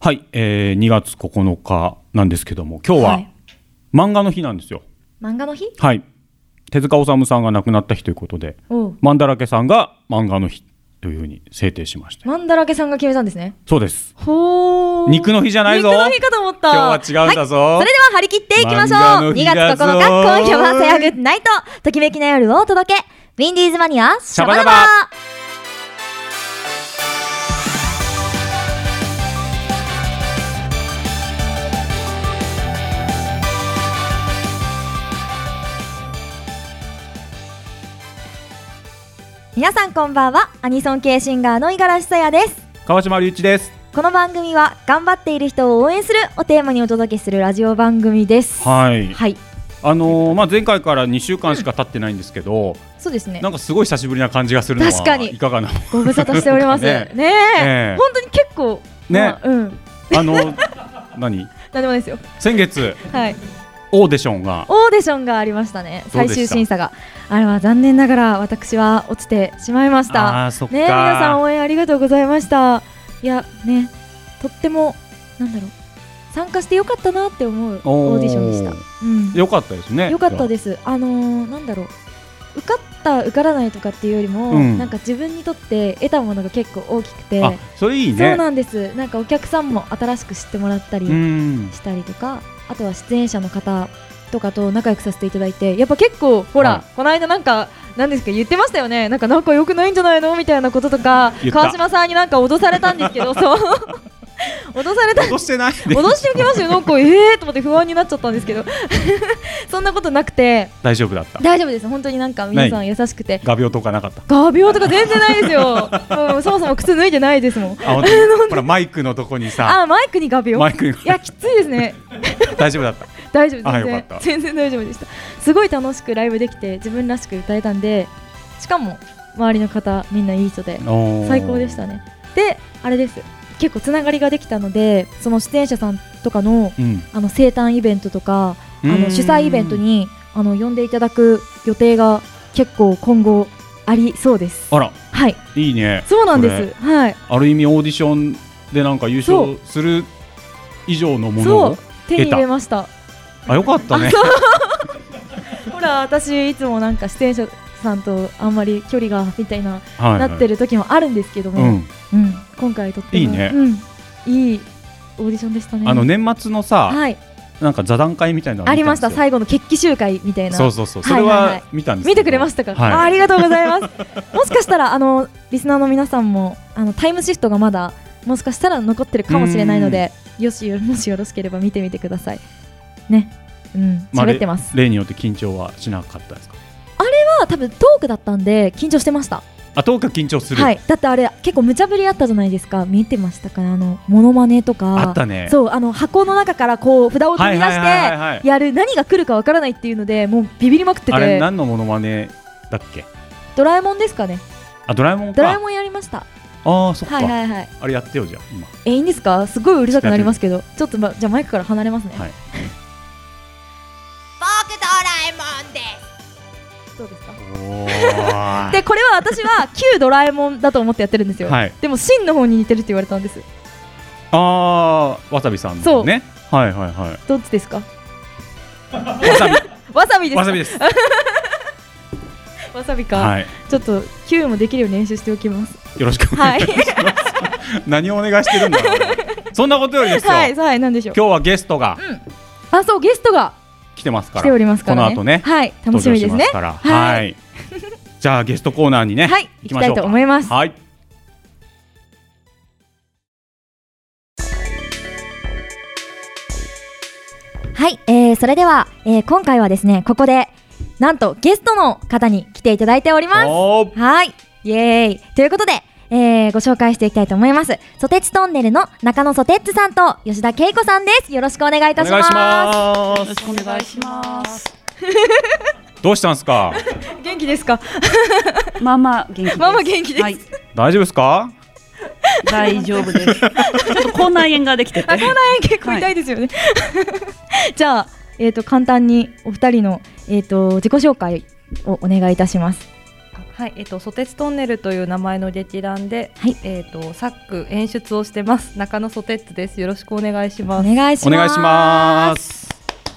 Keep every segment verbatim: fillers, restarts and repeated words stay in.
はい、えー、にがつここのかなんですけども、今日は漫画の日なんですよ。 漫画の日？ はい。手塚治虫さんが亡くなった日ということで、マンダラケさんが漫画の日というふうに制定しました。 マンダラケさんが決めたんですね。 そうです。 ほー。 肉の日じゃないぞ。 肉の日かと思った。 今日は違うんだぞ。はい、 それでは張り切っていきましょう。にがつここのか、今夜はさやグッナイト、ときめきの夜をお届け。ウィンディーズマニアシャバダバ。皆さんこんばんは。アニソン系シンガーの五十嵐さやです。 川島隆一です。 この番組は頑張っている人を応援するをテーマにお届けするラジオ番組です。 はい、はい。あのーまあ、前回からにしゅうかんしか経ってないんですけど、うん、 そうですね。 なんかすごい久しぶりな感じがするのは確かにいかがなご無沙汰しておりますね。ねえ、ねえ本当に結構ね、 まあ、うんあの何何でもですよ。 先月、 はい、 オーディションがオーディションがありましたね。最終審査があれは残念ながら私は落ちてしまいました。 あ、そっか。 ね、皆さん応援ありがとうございました。いやね、とってもなんだろう、参加してよかったなって思うオーディションでした。うん、 よかったですね。 よかったです。あのー、なんだろう、受かった受からないとかっていうよりも、うん、なんか自分にとって得たものが結構大きくて、 あ、それいいね。 そうなんです。なんかお客さんも新しく知ってもらったりしたりとか、あとは出演者の方とかと仲良くさせていただいて、やっぱ結構ほら、はい、この間なんか何ですか言ってましたよね。なんか仲良くないんじゃないのみたいなこととか、川島さんになんか脅されたんですけど、そう脅された。 脅してない。 脅しておきますよ。なんかえーと思って不安になっちゃったんですけどそんなことなくて大丈夫だった。 大丈夫です。本当になんか皆さん優しくて。 画鋲とかなかった。 画鋲とか全然ないですよもうそもそも靴脱いでないですもん。 あ、ほらマイクのとこにさ。 あ、マイクに画鋲。 マイクに。 いやきついですね大丈夫だった。 大丈夫、全然全然大丈夫でした。すごい楽しくライブできて自分らしく歌えたんで、しかも周りの方みんないい人で最高でしたね。で、あれです、結構つながりができたので、その出演者さんとか の,、うん、あの生誕イベントとかあの主催イベントにあの呼んでいただく予定が結構今後ありそうです。 あら、 はい、 いいね。 そうなんです。はい、 ある意味オーディションでなんか優勝する以上のものを手に入れました。 あ、よかったねほら私いつもなんか出演者さんとあんまり距離がみたいな、はいはい、なってる時もあるんですけども、うんうん、今回とってもいいね、 うん、いいオーディションでしたね。 あの年末のさ、 はい、 なんか座談会みたいなのあ, ありました。最後の決起集会みたいな。 そうそうそう、それは見たんですけど、 見てくれましたか。はい、あ, ありがとうございますもしかしたらあのリスナーの皆さんもあのタイムシフトがまだもしかしたら残ってるかもしれないので、よしもしよろしければ見てみてくださいね。うん、喋ってます、 まあ、例によって緊張はしなかったですか。 あれは多分トークだったんで緊張してました。 あ、トークは緊張する。 はい、だってあれ結構無茶ぶりあったじゃないですか。見てましたかね。あのモノマネとかあったね。 そう、あの箱の中からこう札を取り出してやる、何が来るかわからないっていうのでもうビビりまくってて。 あれ何のモノマネだっけ。 ドラえもんですかね。 あ、ドラえもんか。 ドラえもんやりました。 ああ、そっか。 はいはいはい。 あれやってよじゃあ今。 え、いいんですか。すごいうるさくなりますけど、ちょっと、ま、じゃあマイクから離れますね。はい僕ドラえもんです。どうですか。おでこれは私は旧ドラえもんだと思ってやってるんですよ、はい、でも真の方に似てるって言われたんです。 あー、わさびさんのね。はいはいはい。 どっちですか。 わさびわさびです。 わさびですわさびか、 はい、 ちょっと旧もできるように練習しておきます。 よろしくお願いします、はい、何をお願いしてるんだろうそんなことよりですよ、 はいはい、なんでしょう。 今日はゲストが、 うん、あ、そう、ゲストが来てますから、 来ておりますからね、 この後ね、 はい、楽しみですね。 はい、はい、じゃあゲストコーナーにね、 はい、行きたいと思います。 はい、 はい、えー、それでは、えー、今回はですね、ここでなんとゲストの方に来ていただいております。はい、イエーイということで、えー、ご紹介していきたいと思います。ソテツトンネルの中野ソテッツさんと吉田恵子さんです。よろしくお願いいたします。 よろしくお願いしますどうしたんですか。 元気ですか。 まあまあ元気です。 まあまあ元気です、はい、 大丈夫ですか。 大丈夫です。ちょっと口内炎ができてて、 口内炎結構痛いですよね、はい、じゃあ、えーと、簡単にお二人の、えーと、自己紹介をお願いいたします。 はい、えっと、ソテツトンネルという名前の劇団で、 はい、 えっと、作演出をしてます中野ソテツです。よろしくお願いします。 お願いします。 お願いします。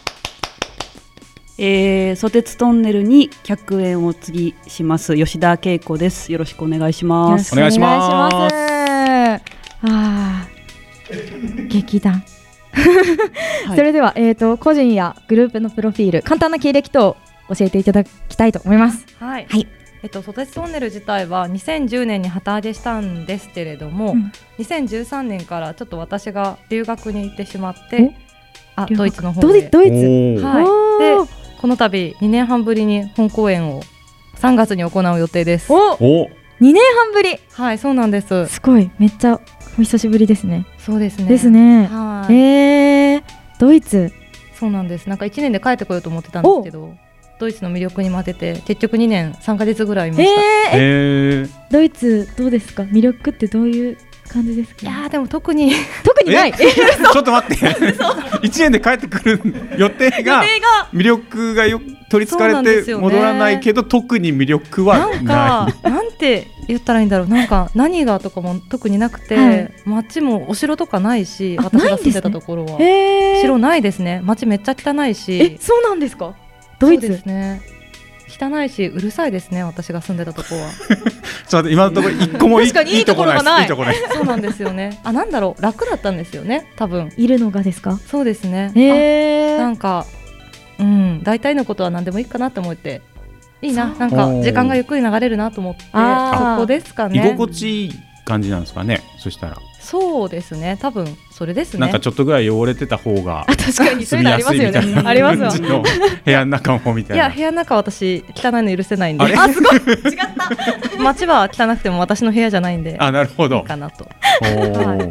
えー、ソテツトンネルに客演を次します吉田恵子です。よろしくお願いします。 お願いします。 あ劇団それでは、えーと、個人やグループのプロフィール、簡単な経歴等教えていただきたいと思います。 はい、 はい、 えっと、ソテツトンネル自体はにせんじゅうねんに旗揚げしたんですけれども、うん、にせんじゅうさんねんからちょっと私が留学に行ってしまって、あドイツの方でドイツ、 はい、でこの度にねんはんぶりに本公演をさんがつに行う予定です。 おおにねんはんぶり。 はい、そうなんです。 すごい、めっちゃお久しぶりですね。 そうですね。 ですね。 はい。 えー、ドイツ。 そうなんです。なんかいちねんで帰ってこようと思ってたんですけど、ドイツの魅力に負けて結局にねんさんかげつぐらいいました。 えー、ドイツどうですか？魅力ってどういう感じですか？ いやーでも特に特にない。 ちょっと待って。いちねんで帰ってくる予定が魅力がよ取りつかれて戻らないけど、特に魅力はない。 なんかなんて言ったらいいんだろう。なんか何がとかも特になくて、はい、街もお城とかないし、私が住んでたところは、ね、城ないですね。街めっちゃ汚いし。 え、そうなんですか？ドイツですね。汚いしうるさいですね。私が住んでたところは。 ちょっと今のところ一個もいい確かにいいところがない。いいところそうなんですよね。あ、なんだろう、楽だったんですよね。多分いるのがですか？ そうですね。 へー、 なんか、うん、大体のことは何でもいいかなと思っていいな、なんか時間がゆっくり流れるなと思って、そこですかね。 居心地いい感じなんですかね。そしたらそうですね、多分それですね。 なんかちょっとぐらい汚れてた方が確かにそういうのありますよね。ありますわ。 部屋の中もみたいな。 いや、部屋の中は私汚いの許せないんで。 あ、すごい違った街は汚くても私の部屋じゃないんで。 あ、なるほど。 いいかなと。 はい、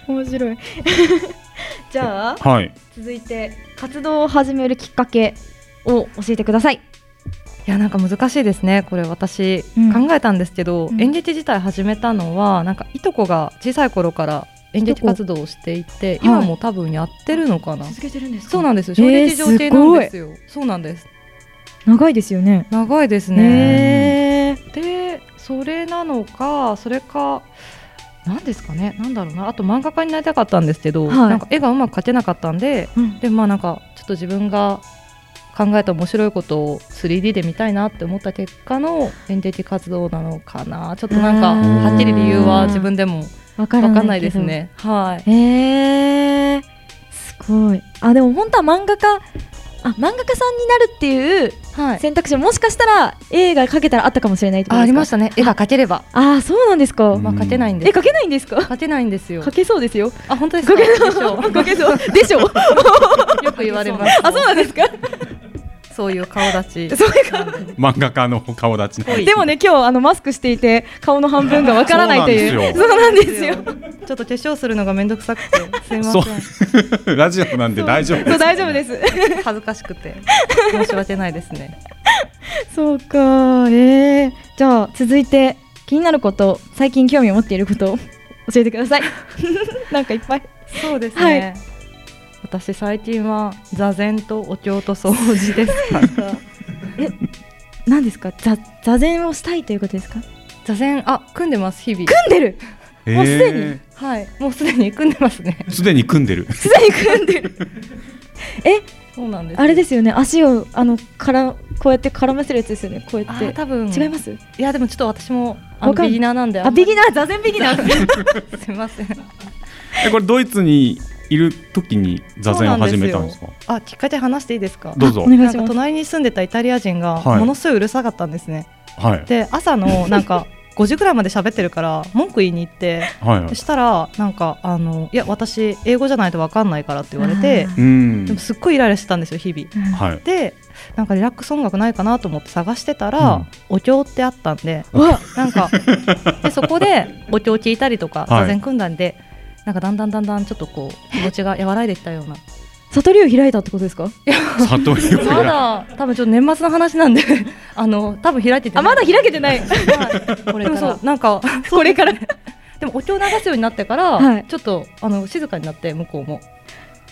面白い。じゃあ、はい、続いて活動を始めるきっかけを教えてください。 いや、なんか難しいですね。これ私、うん、考えたんですけど、うん、演劇自体始めたのはなんかいとこが小さい頃から演劇活動をしていて、今も多分やってるのかな。 続けてるんですか？ そうなんです。小劇場系なんですよ。そうなんです。 長いですよね。 長いですね。で、それなのか、それかなんですかね。なんだろうな。あと漫画家になりたかったんですけど、はい、なんか絵がうまく描けなかったんで、うん、でまあなんかちょっと自分が考えた面白いことを スリーディー で見たいなって思った結果の演劇活動なのかな。ちょっとなんかはっきり理由は自分でも分かんないですね。はい。 えー、すごい。あ、でも本当は漫画家、あ、漫画家さんになるっていう選択肢ももしかしたら絵が描けたらあったかもしれないってことですか？ あ, ありましたね。絵が描ければ。 ああ、そうなんですか。 まあ描けないんです。 え、描けないんですか？ 描けないんですよ。 描けそうですよ。 あ、本当ですか？ 描けそうでしょよく言われます。 あ、そうなんですか？ そういう顔立ち。 そういう顔漫画家の顔立ち。 でもね、今日あのマスクしていて顔の半分がわからないという。そうなんですよ。 ちょっと化粧するのがめんどくさくてすいません。 ラジオなんで大丈夫です。 そう、大丈夫です。 恥ずかしくて申し訳ないですね。 そうか、えー、じゃあ続いて気になること、最近興味を持っていることを教えてください。なんかいっぱい。 そうですね。はい、私最近は座禅とお経と掃除です。 え、何ですか？座座禅をしたいということですか？ 座禅、あ、組んでます。日々 組んでる。もうすでに、 はい、もうすでに組んでますね。 すでに組んでる。 すでに組んでる。え、 そうなんです。 あれですよね。足をあのからこうやって絡ませるやつですよね。こうやって。 多分違います？ いや、でもちょっと私もあのビギナーなんで。 あ、ビギナー、座禅ビギナー。 すみません。 え、これドイツにいる時に座禅を始めたんですか？ あ、きっかけ話していいですか？ どうぞ。 お願いします。 なんか隣に住んでたイタリア人がものすごいうるさかったんですね。 はい、 で、朝のなんかごじぐらいまで喋ってるから文句言いに行って、はいはい、そしたらなんかあのいや私英語じゃないと分かんないからって言われて、でもすっごいイライラしてたんですよ日々、はい、でなんかリラックス音楽ないかなと思って探してたら、うん、お経ってあったんで、なんかでそこでお経聞いたりとか座禅組んだんで、はい、なんかだんだんだんだんちょっとこう気持ちが和らいできたような。 悟りを開いたってことですか？ 悟りをまだ多分ちょっと年末の話なんであの多分開いてて、 あ、まだ開けてない。 これからなんかこれからでもお経を流すようになってから、はい、ちょっとあの静かになって向こうも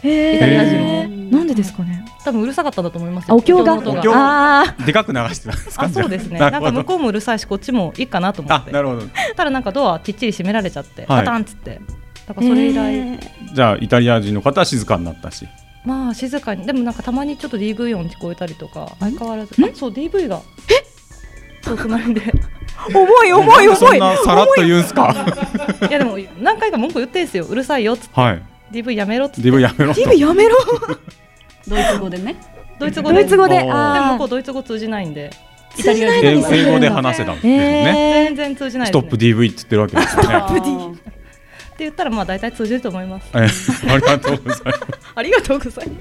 イタリア人も。 なんでですかね。 多分うるさかったんだと思いますよ。 お経が。 ああ。でかく流してたんですか。 あ、そうですね。なんか向こうもうるさいし、こっちもいいかなと思って。 なるほど。 ただなんかドアきっちり閉められちゃって、パタンっつって。だからそれ以来。 じゃあイタリア人の方は静かになったし。 まあ静かに。でもなんかたまにちょっと ディーブイ 音聞こえたりとか、相変わらず。あ、そう ディーブイ が。え？そう隣で。 重い重い重い。 そんなさらっと言うんすか。 いやでも何回か文句言ってんすよ。うるさいよっつって。 はい。 ディーブイ やめろっつって。 ディーブイ やめろ。 ディーブイ やめろ。 ドイツ語でね。 ドイツ語で。 ドイツ語で。 でも向こうドイツ語通じないんで。 イタリア人英語で話せたんですね。 全然通じない。 ストップ ディーブイ って言ってるわけですよね。 ストップ ディーブイ。 って言ったらまあ大体通じると思います。 ありがとうございます。 ありがとうございます。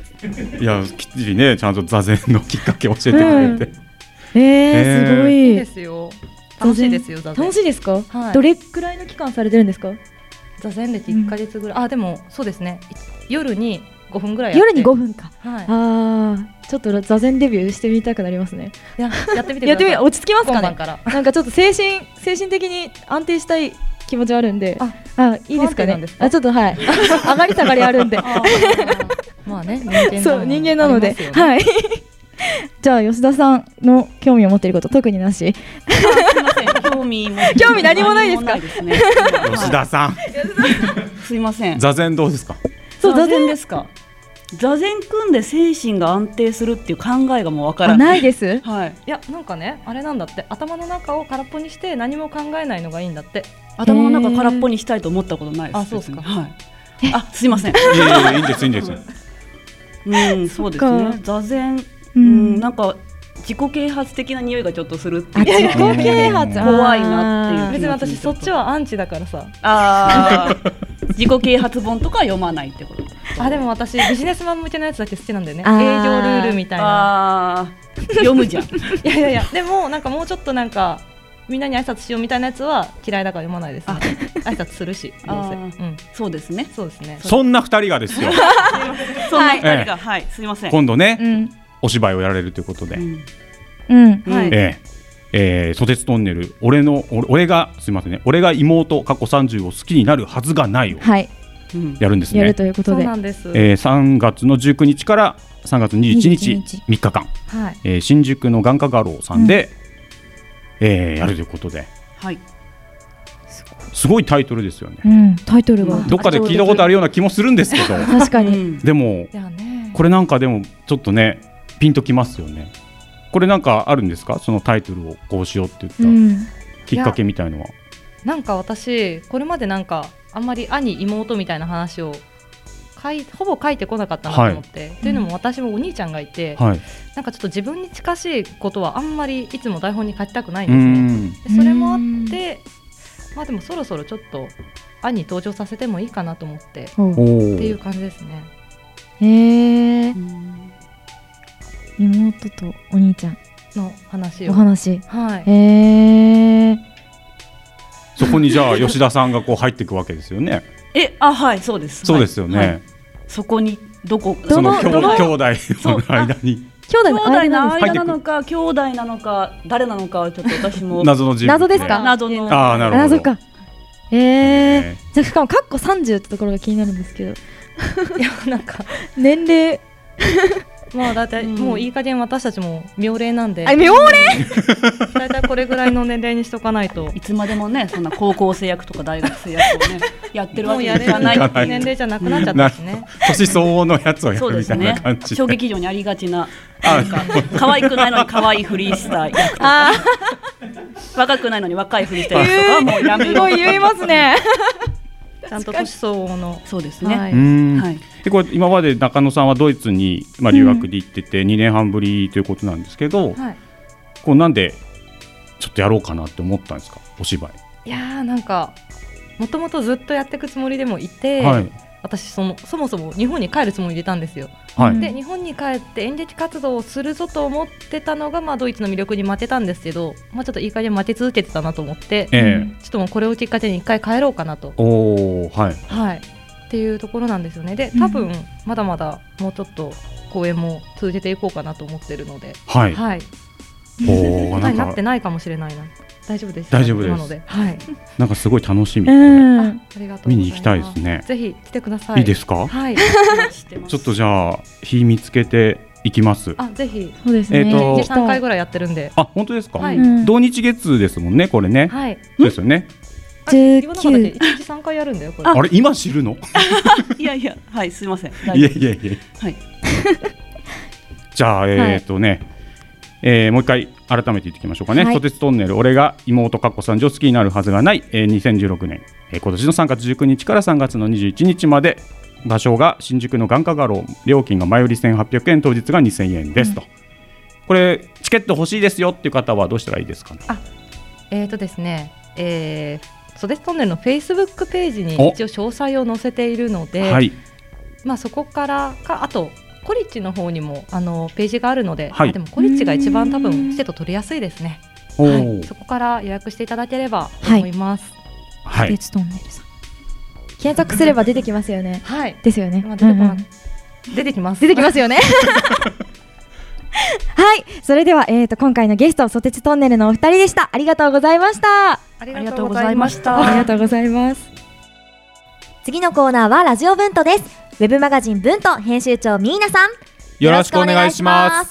いやきっちりねちゃんと座禅のきっかけを教えてくれて。 うん、えー、すごい。 いいですよ。楽しいですよ。座禅。 楽しいですか、 はい。 どれくらいの期間されてるんですか。 座禅歴いっかげつぐらい。うん、あでもそうですね。夜にごふんぐらいやって。 夜にごふんか。 はい。 ああちょっと座禅デビューしてみたくなりますね。 いややってみてください。 やってみ落ち着きますかね。 からなんかちょっと精神精神的に安定したい気持ちあるんで。ああいいですかね。あちょっとはい上がり下がりあるんで。 まあね人間そう人間なので、ね、はい。じゃあ吉田さんの興味を持っていること特になし。 興味も興味何もないですか。 吉田さん。 すいません。 座禅どうですか。 そう座禅ですか。座禅組んで精神が安定するっていう考えがもうわからない。 ないです。 はい。 いやなんかねあれなんだって頭の中を空っぽにして何も考えないのがいいんだって。 頭の中空っぽにしたいと思ったことないです。 あそうですか。 はい。あすいません。いやいやいいんですいいんです。 うんそうですね。座禅うんなんか自己啓発的な匂いがちょっとするっていう。 自己啓発怖いなっていう。 別に私そっちはアンチだからさ。 ああ自己啓発本とか読まないってこと。 あでも私ビジネスマン向けのやつだけ好きなんだよね。営業ルールみたいな。 あ読むじゃん。いやいやいやでもなんかもうちょっとなんかみんなに挨拶しようみたいなやつは嫌いだから読まないです、ね。挨拶するし。どうせ。うん。 そうですね。 そうですね。 そんな二人がですよ。 そんな二人がはいすみません。 今度ねお芝居をやられるということで。 うんはい。ええソテツトンネル俺の俺がすみませんね俺が妹過去さんじゅうを好きになるはずがないを。はい。やるんですね。 やるということで、 そうなんです。 えー、さんがつのじゅうくにちからさんがつにじゅういちにちみっかかん、はいえー、新宿の眼科画廊さんで、うんえー、やるということで、はい、すごいタイトルですよね、 うん、タイトルがどっかで聞いたことあるような気もするんですけど確かにでもこれなんかでもちょっとねピンときますよね。これなんかあるんですかそのタイトルをこうしようって言ったきっかけみたいのは。 うん、なんか私これまでなんかあんまり兄妹みたいな話をかいほぼ書いてこなかったなと思って、はい、というのも私もお兄ちゃんがいて、はい、なんかちょっと自分に近しいことはあんまりいつも台本に書きたくないんですね。でそれもあってまあでもそろそろちょっと兄登場させてもいいかなと思ってっていう感じですね。 へー妹とお兄ちゃんの話をお話、 はい、 へーそこにじゃあ吉田さんがこう入っていくわけですよね。 え、あ、はい、そうです。 そうですよね。はいはい、 そこにどこその兄弟の間に兄弟の間の間なのか兄弟なのか誰なのかはちょっと私も謎の人物、ね、 謎ですか。 謎のあーなるほど謎か。えー、えー、じゃあしかもカッコさんじゅうってところが気になるんですけどいやなんか年齢まあだいたいもういい加減私たちも妙齢なんで、 あ、妙齢だいたいこれぐらいの年齢にしとかないといつまでもねそんな高校生役とか大学生役をねやってるわけじゃないもうやれる年齢じゃなくなっちゃったしね。 年相応のやつをやるみたいな感じで、 小劇場にありがちななんか可愛くないのに可愛いふりした役とか若くないのに若いふりした役とかはもうやめよう。 すごい言いますねちゃんと年相応の。 そうですね、 はいはい、でこれ今まで中野さんはドイツに、まあ、留学で行っててにねんはんぶりということなんですけど、はい、こうなんでちょっとやろうかなって思ったんですかお芝居。 いやーなんかもともとずっとやっていくつもりでもいて、はい、私そのそもそも日本に帰るつもりでいたんですよ、はい、で日本に帰って演劇活動をするぞと思ってたのが、まあ、ドイツの魅力に負けたんですけど、まあ、ちょっといい加減負け続けてたなと思って、えー、ちょっともうこれをきっかけに一回帰ろうかなとお、はいはい、っていうところなんですよね。で多分まだまだもうちょっと公演も続けていこうかなと思ってるので、 はい、はい、 おなんかなってないかもしれないな。 大丈夫です。 大丈夫です。 ので、はい。 なんかすごい楽しみ。 うん、 見に行きたいですね。 ぜひ来てください。 いいですか？ はい。 ちょっとじゃあ日見つけて行きます。 あ、ぜひ。 そうですね。 えっとさんかいぐらいやってるんで。 あ、本当ですか？ はい。 同日月ですもんね、これね。 はい。 そうですよね。 じゅうきゅう。 いちにちさんかいやるんだよこれ。 あれ今知るの？ いやいや、はい、すみません。 いやいやいや。 はい。 じゃあえっとね、えー、もう一回改めて言っていきましょうかね。ソテツトンネル、俺が妹かっこさんじを好きになるはずがない、えー、にせんじゅうろくねん、えー、今年のさんがつじゅうくにちからさんがつのにじゅういちにちまで、場所が新宿の眼科画廊、料金が前売りせんはっぴゃくえん、当日がにせんえんですと、うん、これチケット欲しいですよっていう方はどうしたらいいですかね？ あ、えーとですね、えーソテツトンネルのフェイスブックページに一応詳細を載せているので、はい、まあ、そこからか、あとコリッチの方にもあのページがあるので、はい、でもコリッチが一番多分チケット取りやすいですね、はい、そこから予約していただければと思います。 はい、ソテツトンネルさん検索すれば出てきますよね。 はい、 ですよね。 まあ、出てこな、うんうん、出てきます出てきますよねはい、それでは、えー、と今回のゲストソテツトンネルのお二人でした。ありがとうございました。 ありがとうございました。 ありがとうございます。次のコーナーはラジオブントです。ウェブマガジンブント編集長ミーナさん、 よろしくお願いします。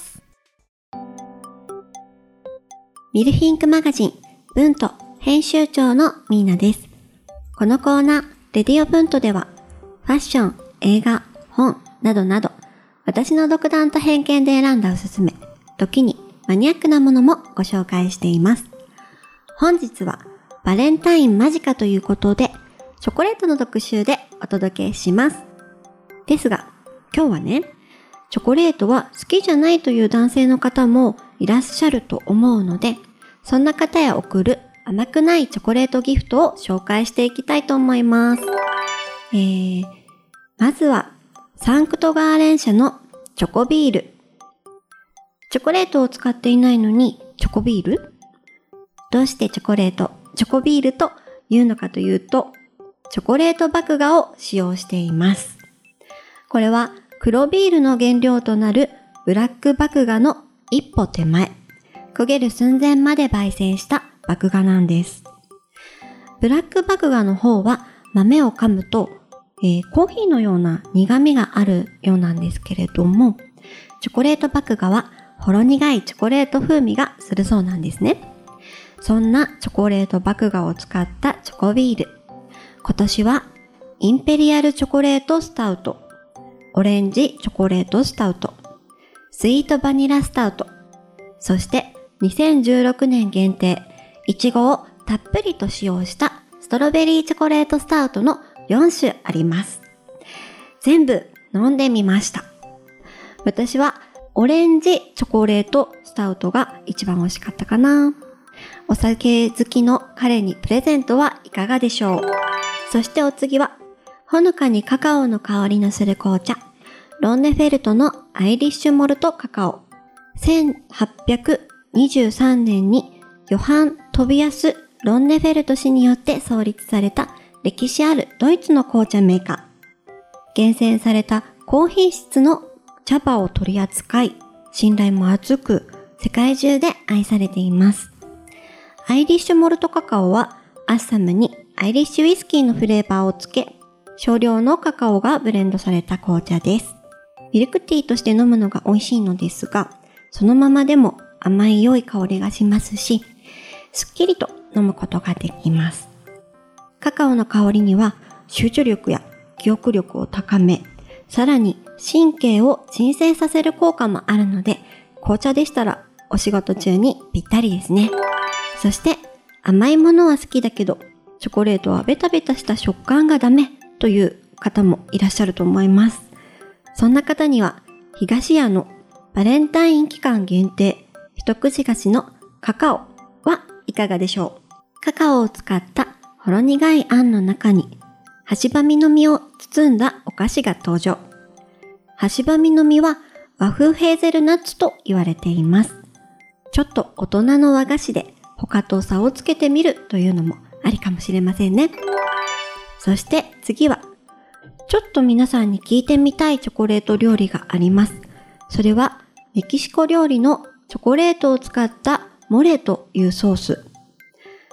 ミルフィンクマガジンブント編集長のミーナです。このコーナーレディオブントではファッション、映画、本などなど私の独断と偏見で選んだおすすめ、時にマニアックなものもご紹介しています。本日はバレンタイン間近ということで、チョコレートの特集でお届けします。ですが、今日はね、チョコレートは好きじゃないという男性の方もいらっしゃると思うので、そんな方へ贈る甘くないチョコレートギフトを紹介していきたいと思います。えー、まずは、サンクトガーレン社のチョコビール。チョコレートを使っていないのにチョコビール？どうしてチョコレート、チョコビールというのかというと、チョコレート麦芽を使用しています。これは黒ビールの原料となるブラック麦芽の一歩手前、焦げる寸前まで焙煎した麦芽なんです。ブラック麦芽の方は豆を噛むとえー、コーヒーのような苦味があるようなんですけれども、チョコレート麦芽はほろ苦いチョコレート風味がするそうなんですね。そんなチョコレート麦芽を使ったチョコビール。今年はインペリアルチョコレートスタウト、オレンジチョコレートスタウト、スイートバニラスタウト、そしてにせんじゅうろくねん限定、いちごをたっぷりと使用したストロベリーチョコレートスタウトのよんしゅあります。全部飲んでみました。私はオレンジチョコレートスタウトが一番美味しかったかな。お酒好きの彼にプレゼントはいかがでしょう。そしてお次はほのかにカカオの香りのする紅茶、ロンネフェルトのアイリッシュモルトカカオ。せんはっぴゃくにじゅうさんねんにヨハン・トビアス・ロンネフェルト氏によって創立された歴史あるドイツの紅茶メーカー。厳選された高品質の茶葉を取り扱い、信頼も厚く、世界中で愛されています。アイリッシュモルトカカオは、アッサムにアイリッシュウイスキーのフレーバーをつけ、少量のカカオがブレンドされた紅茶です。ミルクティーとして飲むのが美味しいのですが、そのままでも甘い良い香りがしますし、すっきりと飲むことができます。カカオの香りには集中力や記憶力を高め、さらに神経を鎮静させる効果もあるので、紅茶でしたらお仕事中にぴったりですね。そして甘いものは好きだけど、チョコレートはベタベタした食感がダメという方もいらっしゃると思います。そんな方には東屋のバレンタイン期間限定一口菓子のカカオはいかがでしょう。カカオを使ったほろ苦いあんの中に、ハシバミの実を包んだお菓子が登場。ハシバミの実は和風ヘーゼルナッツと言われています。ちょっと大人の和菓子で他と差をつけてみるというのもありかもしれませんね。そして次は、ちょっと皆さんに聞いてみたいチョコレート料理があります。それはメキシコ料理のチョコレートを使ったモレというソース。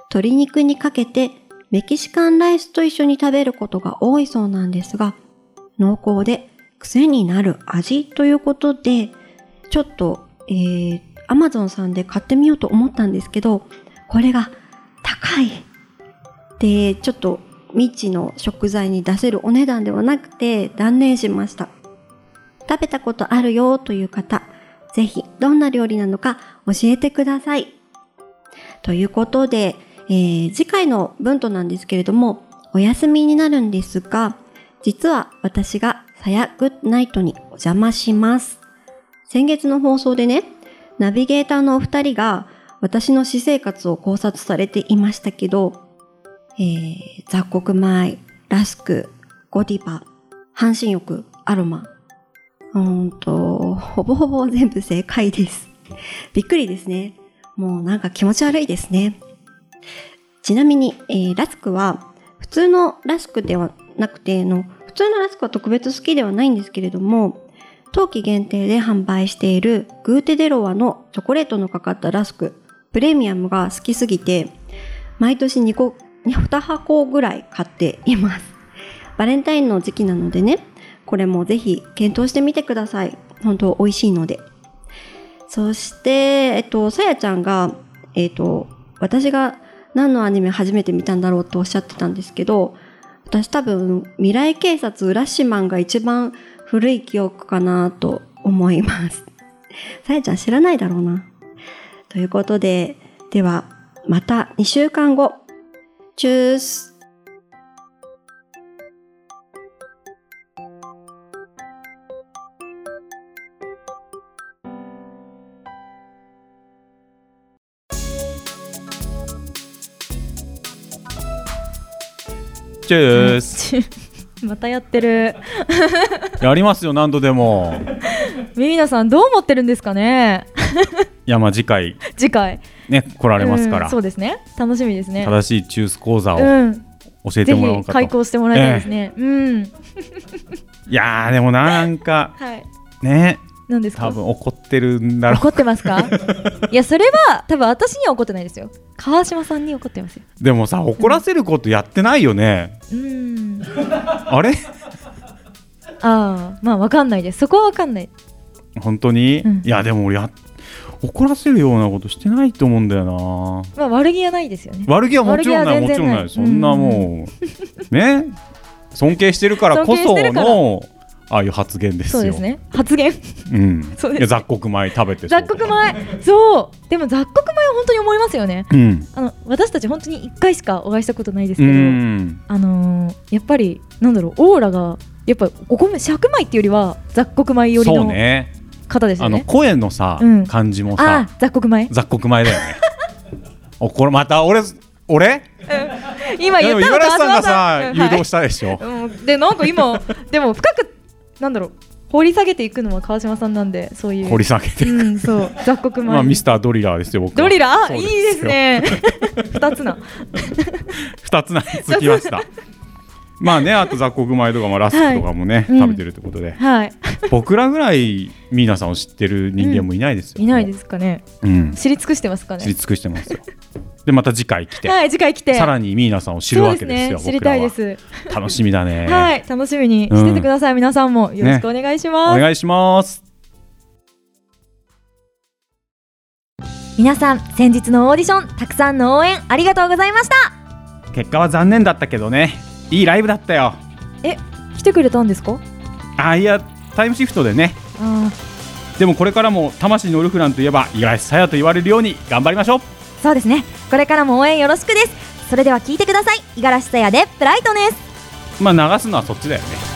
鶏肉にかけてメキシカンライスと一緒に食べることが多いそうなんですが、濃厚で癖になる味ということで、ちょっと、えー、Amazon さんで買ってみようと思ったんですけど、これが高い。で、ちょっと未知の食材に出せるお値段ではなくて断念しました。食べたことあるよという方、ぜひどんな料理なのか教えてください。ということで、えー、次回の文となんですけれども、お休みになるんですが、実は私がさやグッドナイトにお邪魔します。先月の放送でね、ナビゲーターのお二人が私の私生活を考察されていましたけど、えー、雑穀米、ラスク、ゴディバ、半身浴、アロマ、うーんと、ほぼほぼ全部正解です。びっくりですね。もうなんか気持ち悪いですね。ちなみに、えー、ラスクは普通のラスクではなくての、普通のラスクは特別好きではないんですけれども、冬季限定で販売しているグーテデロワのチョコレートのかかったラスク、プレミアムが好きすぎて、毎年にこ、に箱ぐらい買っています。バレンタインの時期なのでね、これもぜひ検討してみてください。本当美味しいので。そして、えっと、さやちゃんが、えっと、私が何のアニメ初めて見たんだろうとおっしゃってたんですけど、私多分未来警察浦島が一番古い記憶かなと思います。さやちゃん知らないだろうな。ということで、ではまたにしゅうかんご。チュース。 チュースまたやってるやりますよ、何度でも。 ミミナさんどう思ってるんですかねいや、まあ次回次回ね来られますから、 うん、そうですね、楽しみですね。 正しいチュース講座を教えてもらおうかと、 ぜひ開講してもらいたいですね、えー、うんいやーでもな、なんか、はい、ね、 何ですか、 多分怒ってるんだろう。 怒ってますかいや、それは多分私には怒ってないですよ。川島さんに怒ってますよ。 でもさ、怒らせることやってないよね。うん、あれああ、まあ分かんないです。そこは分かんない。本当に、うん、いやでも俺や怒らせるようなことしてないと思うんだよな。 まあ悪気はないですよね。 悪気はもちろんない、もちろんない。そんなもう、うん、ね、尊敬してるからこそのああいう発言ですよ。 そうですね、発言、 うん、そうです。いや、雑穀米食べて、 雑穀米、そう、でも雑穀米は本当に思いますよね、うん、あの私たち本当にいっかいしかお会いしたことないですけど、うん、あのー、やっぱりなんだろう、オーラがやっぱお米、白米っていうよりは雑穀米よりの方ですよね。 あの声のさ、うん、感じもさ、 あ、雑穀米、 雑穀米だよねお、これまた俺俺、 うん、今言ったの五十嵐さんがさ、うん、誘導したでしょ、 はい、でなんか今でも深くなんだろう、掘り下げていくのは川島さんなんで、そういう掘り下げていく、 うん、そう雑穀米、 まあ、ミスタードリラーですよ、僕は。 ドリラー、いいですね二つな二つなつきましたまあね、あと雑穀米とかもラスクとかもね、はい、食べてるってことで、うん、はい、僕らぐらい皆さんを知ってる人間もいないですよ、 うん、いないですかね、うん、知り尽くしてますかね。 知り尽くしてますよでまた次回来て、 はい、次回来てさらにミーナさんを知るわけですよ。 そうですね、知りたいです。 楽しみだねはい、楽しみにしててください、うん、皆さんもよろしくお願いします、 ね、お願いします。 皆さん、先日のオーディションたくさんの応援ありがとうございました。 結果は残念だったけどね、いいライブだったよ。 え、来てくれたんですか？ あ、いや、タイムシフトでね。あ、でもこれからも魂のウルフランといえば五十嵐さやと言われるように頑張りましょう。 そうですね、これからも応援よろしくです。それでは聞いてください。五十嵐さやでブライトネス。 まあ流すのはそっちだよね。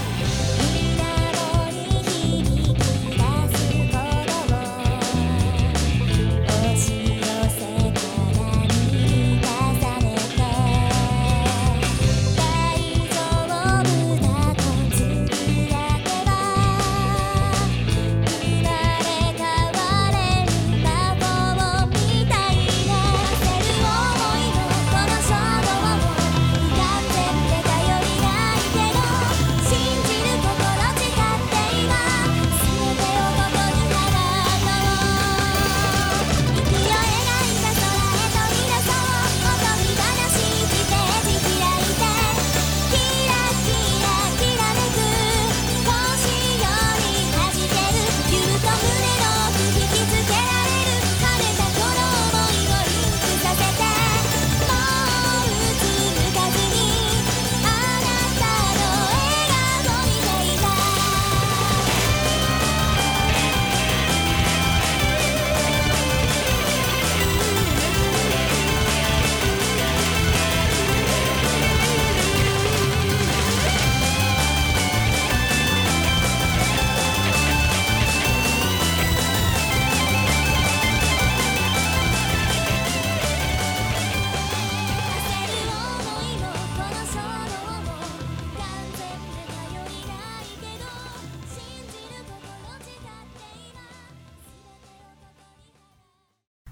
し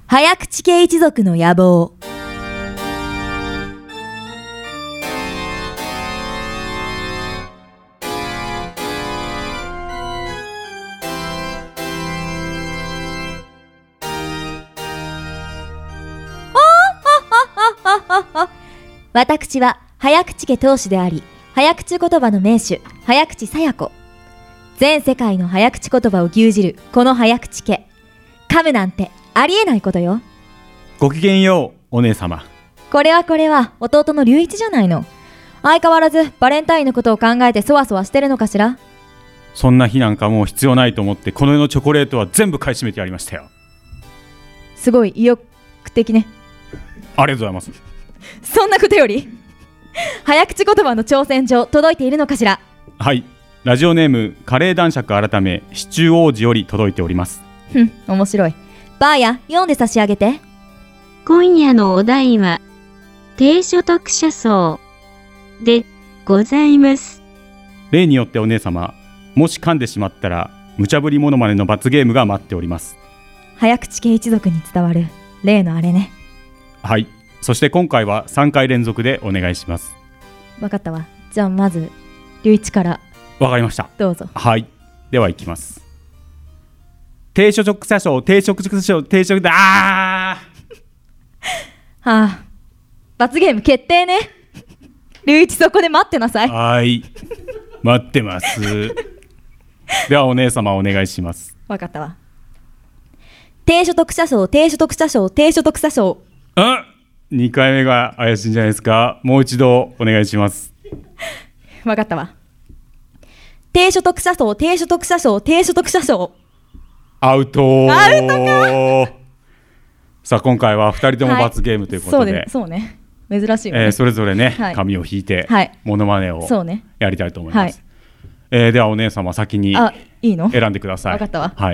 早口系一族の野望。私は早口家当主であり、早口言葉の名手、早口さや子。全世界の早口言葉を牛耳るこの早口家。噛むなんてありえないことよ。 ごきげんよう、お姉様。 これはこれは弟の隆一じゃないの。相変わらずバレンタインのことを考えてそわそわしてるのかしら。 そんな日なんかもう必要ないと思って、この世のチョコレートは全部買い占めてやりましたよ。 すごい意欲的ね。 ありがとうございます。 そんなことより早口言葉の挑戦状届いているのかしら。 はい、ラジオネームカレー男爵改めシチュー王子より届いております。 ふん、面白い。バーヤ、読んで差し上げて。 今夜のお題は低所得者層でございます。 例によってお姉様、もし噛んでしまったら無茶ぶりモノマネの罰ゲームが待っております。 早口系一族に伝わる例のあれね。 はい、そして今回はさんかい連続でお願いします。 わかったわ。じゃあまず隆一から。 わかりました。 どうぞ。 はい、ではいきます。低所得者層、低所得者層、低所得、あーはあ、罰ゲーム決定ね。隆一そこで待ってなさい。 はい、待ってます。ではお姉様お願いします。 わかったわ。低所得者層、低所得者層、低所得者層。 あ、にかいめが怪しいんじゃないですか。もう一度お願いします。 わかったわ。低所得者層、低所得者層、低所得者層。 アウト。 アウトか。 さあ今回はふたりとも罰ゲームということで、 はい、そうね、そうね、珍しいよね。 えー、それぞれね、 はい、 紙を引いて、 はい、 モノマネをやりたいと思います。はい、えー、ではお姉様先に選んでください。 わかったわ。 はい。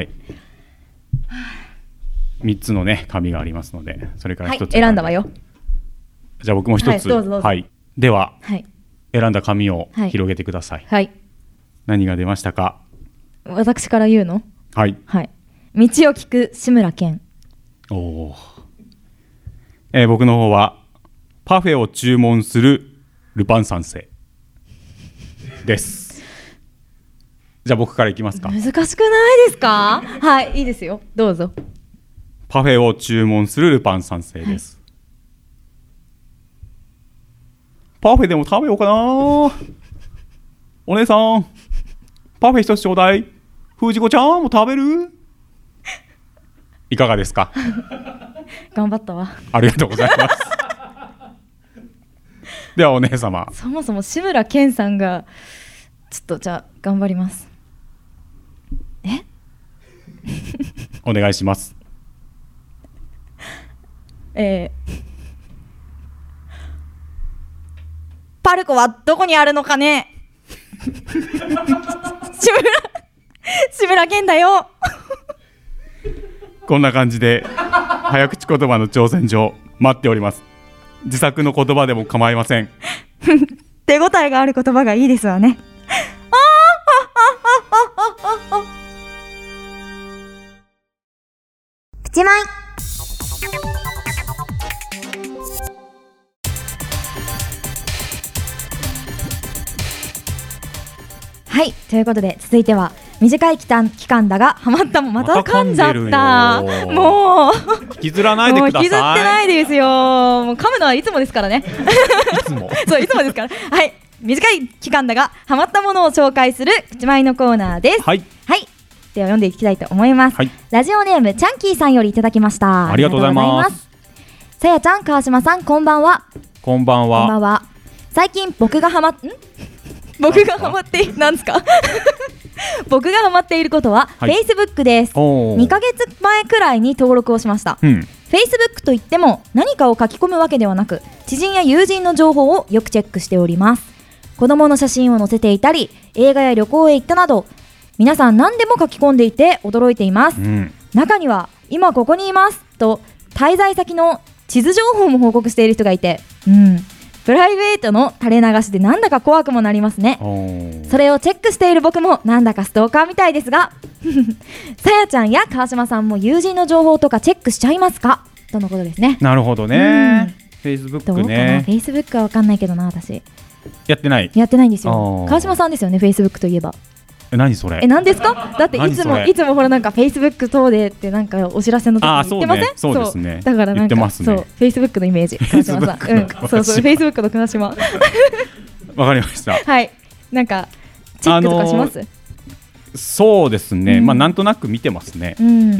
みっつのね紙がありますので、それからひとつ、 はい、選んだわよ。 じゃあ僕もひとつ、はい、 どうぞどうぞ。 はい、では、 はい、 選んだ紙を広げてください。 はい。 何が出ましたか。 私から言うの。 はい。 はい。道を聞く志村けん。 おお。えー、僕の方はパフェを注文するルパン三世です。じゃあ僕からいきますか。 難しくないですか。はい、いいですよ、どうぞ。 パフェを注文するルパン三世です。はい、パフェでも食べようかな。お姉さん、パフェ一つちょうだい。藤子ちゃんも食べる？いかがですか。 頑張ったわ。 ありがとうございます。ではお姉様。 そもそも志村けんさんがちょっとじゃあ頑張ります。え？ お願いします。 えー、パルコはどこにあるのかね。志村志村けんだよ。 こんな感じで早口言葉の挑戦状待っております。自作の言葉でも構いません。 手応えがある言葉がいいですわね。 プチマイ。 はい、ということで続いては短い期間期間だがハマったもまた噛んじゃった。もう引きずらないでください。 もう引きずってないですよ。もう噛むのはいつもですからね。 いつもそう、いつもですから。はい、短い期間だがハマったものを紹介するプチマイのコーナーです。 はい、 はい、では読んでいきたいと思います。はい、ラジオネームチャンキーさんよりいただきました。 ありがとうございます。 さやちゃん、川島さん、こんばんは。 こんばんは。 こんばんは。最近僕がハマっん僕がハマっているなんですか僕がハマっていることは、はい、Facebook です。にかげつまえくらいに登録をしました。うん、Facebook といっても何かを書き込むわけではなく、知人や友人の情報をよくチェックしております。子供の写真を載せていたり、映画や旅行へ行ったなど、皆さん何でも書き込んでいて驚いています。うん、中には今ここにいますと滞在先の地図情報も報告している人がいて、うん、 プライベートの垂れ流しでなんだか怖くもなりますね。それをチェックしている僕もなんだかストーカーみたいですがさやちゃんや川島さんも友人の情報とかチェックしちゃいますかとのことですね。 なるほどね。フェイスブックね。どうかな。 フェイスブックは分かんないけどな、私やってないやってないんですよ。川島さんですよね、フェイスブックといえば。 え、何それ。 え、何ですか。だっていつもいつもほらなんかフェイスブック等でってなんかお知らせの時に言ってません。 そうですね。 だからなんか、ね、そうフェイスブックのイメージ。川島さん、うん、そうそう、フェイスブックの倉島。 わかりました。 はい、なんかチェックとかします。あのー、 そうですね、うん、まあなんとなく見てますね。うんうん、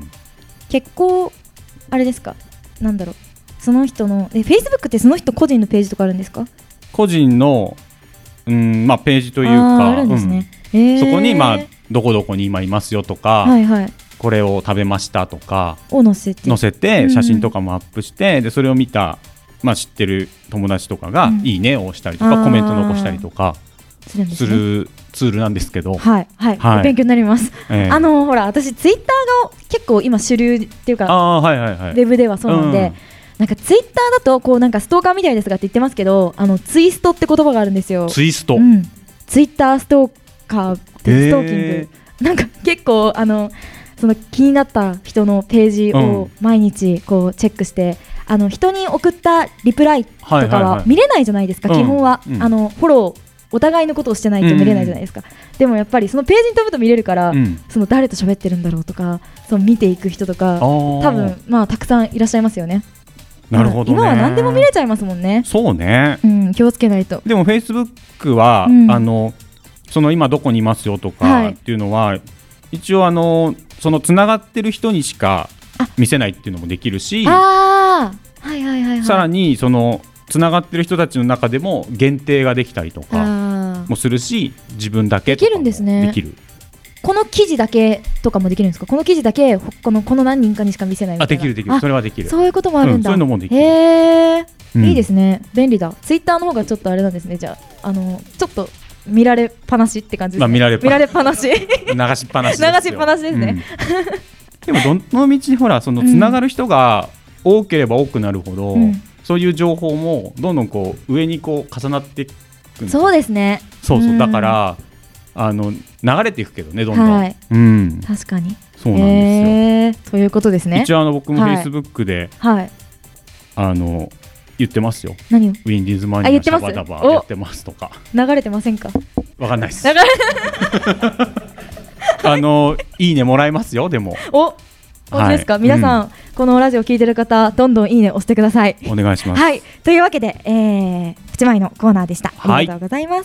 結構あれですか、なんだろう、その人のえフェイスブックってその人個人のページとかあるんですか。 個人のうん、まあ、ページというか、あるんですね。うん、えー、そこに、まあ、どこどこに今いますよとか、はいはい、これを食べましたとかを載せて、 載せて写真とかもアップして、うん、でそれを見た、まあ、知ってる友達とかが、うん、いいねを押したりとかコメント残したりとかするツールなんですけど、 はいはいはい、勉強になります。えー、あのほら私ツイッターが結構今主流っていうか、あ、はいはいはい、ウェブではそうなんで、うん、なんかツイッターだとこうなんかストーカーみたいですがって言ってますけど、あのツイストって言葉があるんですよ。 ツイスト、 うん、ツイッターストーカーってストーキング、なんか結構あのその気になった人のページを毎日こうチェックして、うん、あの人に送ったリプライとかは見れないじゃないですか、はいはいはい、基本は、うん、あのフォローお互いのことをしてないと見れないじゃないですか、うん、でもやっぱりそのページに飛ぶと見れるから、うん、その誰と喋ってるんだろうとか、その見ていく人とか多分まあたくさんいらっしゃいますよね。 なるほどね。 今は何でも見れちゃいますもんね。 そうね、 うん、気をつけないと。 でもフェイスブックは、うん、あのその今どこにいますよとかっていうのは、はい、一応あのそのつながってる人にしか見せないっていうのもできるし、 あ、はいはいはいはい、 さらにそのつながってる人たちの中でも限定ができたりとかもするし、自分だけとかもできる。できるんですね。 この記事だけとかもできるんですか。この記事だけこのこの何人かにしか見せないみたいな。 あ、できるできる、それはできる。 そういうこともあるんだ、 うん、そういうのもできる。 へー、うん、いいですね、便利だ。ツイッターの方がちょっとあれなんですね。じゃあ、あのちょっと見られっぱなしって感じですね。まあ、見られっぱなし、見られっぱなし流しっぱなしですよ。 流しっぱなしですね、 うん、でもどの道にほらそのつながる人が多ければ多くなるほど、うん、そういう情報もどんどんこう上にこう重なっていくんです。 そうですね。 そうそう、だからあの流れていくけどね、どんどん、はい、うん、 確かにそうなんですよ、えー、ということですね。 一応あの僕もフェイスブックで、はい、あの言ってますよ。 何を。 ウィンディーズマニアシャバダバやってますとか。 流れてませんか。 わかんないです。流れあのいいねもらえますよ。でもお本当ですか、はい、皆さん、うん、このラジオ聞いてる方どんどんいいね押してください。 お願いします。 はい、というわけで、えー、プチマイのコーナーでした。ありがとうございます。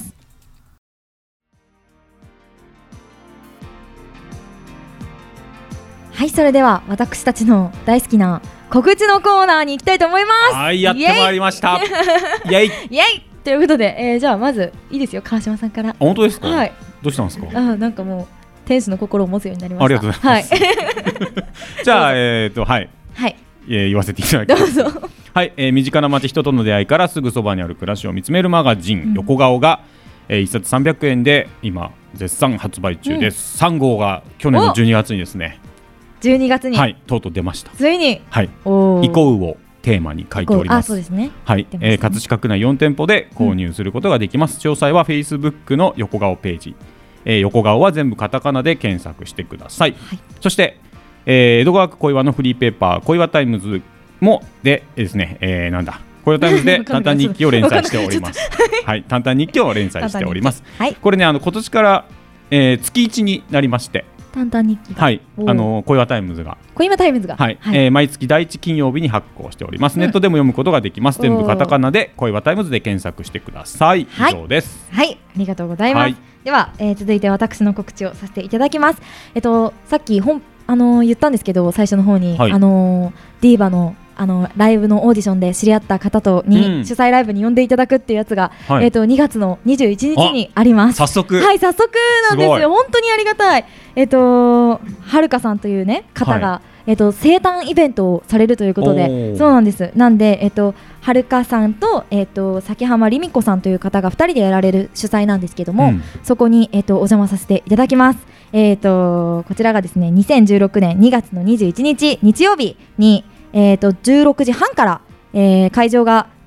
はい、はい、それでは私たちの大好きな告知のコーナーに行きたいと思います。 はい、やってまいりましたイエイイエイということで、えー、じゃあまずいいですよ、川島さんから。 本当ですか。 はい、 どうしたんですか。 あ、なんかもう天使の心を持つようになりました。 ありがとうございます、はい、じゃあえーとはい、はいえー、言わせていただきます。 どうぞ。 はい、えー、身近な街、人との出会いからすぐそばにある暮らしを見つめるマガジン、うん、横顔が、えー、いっさつさんびゃくえんで今絶賛発売中です、うん、さん号が去年のじゅうにがつにですね、 じゅうにがつに、 はい、とうとう出ました。 ついに、 はい、おイコウをテーマに書いております。 あ、そうですね。 はい、えー、葛飾区内よん店舗で購入することができます、うん、詳細は Facebook の横顔ページ、えー、横顔は全部カタカナで検索してください、はい、そして、えー、江戸川区小岩のフリーペーパー小岩タイムズもでですね、えー、なんだ小岩タイムズで簡単日記を連載しておりますはい、簡単日記を連載しております、はい、これね、あの今年から、えー、月いちになりまして、 簡単日記が、 はい、あの小岩タイムズが小岩タイムズが、 はいはい、えー、毎月だいいち金曜日に発行しております、うん、ネットでも読むことができます。全部カタカナで小岩タイムズで検索してください、はい、以上です。 はい、ありがとうございます、はい、では、えー、続いて私の告知をさせていただきます。えっとさっき本あのー、言ったんですけど、最初の方に、はい、あのー、ディーバのあのライブのオーディションで知り合った方とに、うん、主催ライブに呼んでいただくっていうやつが、はい、えー、とにがつのにじゅういちにちにあります。 早速、 はい、早速なんですよ。本当にありがたい。えっ、ー、とはるかさんというね方が、はい、えー、と生誕イベントをされるということで、そうなんです。なんで、えっ、ー、とはるかさんと、えー、と崎浜りみこさんという方がふたりでやられる主催なんですけども、うん、そこに、えー、とお邪魔させていただきます。えー、とこちらがですねにせんじゅうろくねんにがつのにじゅういちにち日曜日に、えー、とじゅうろくじはんから、えー、会場が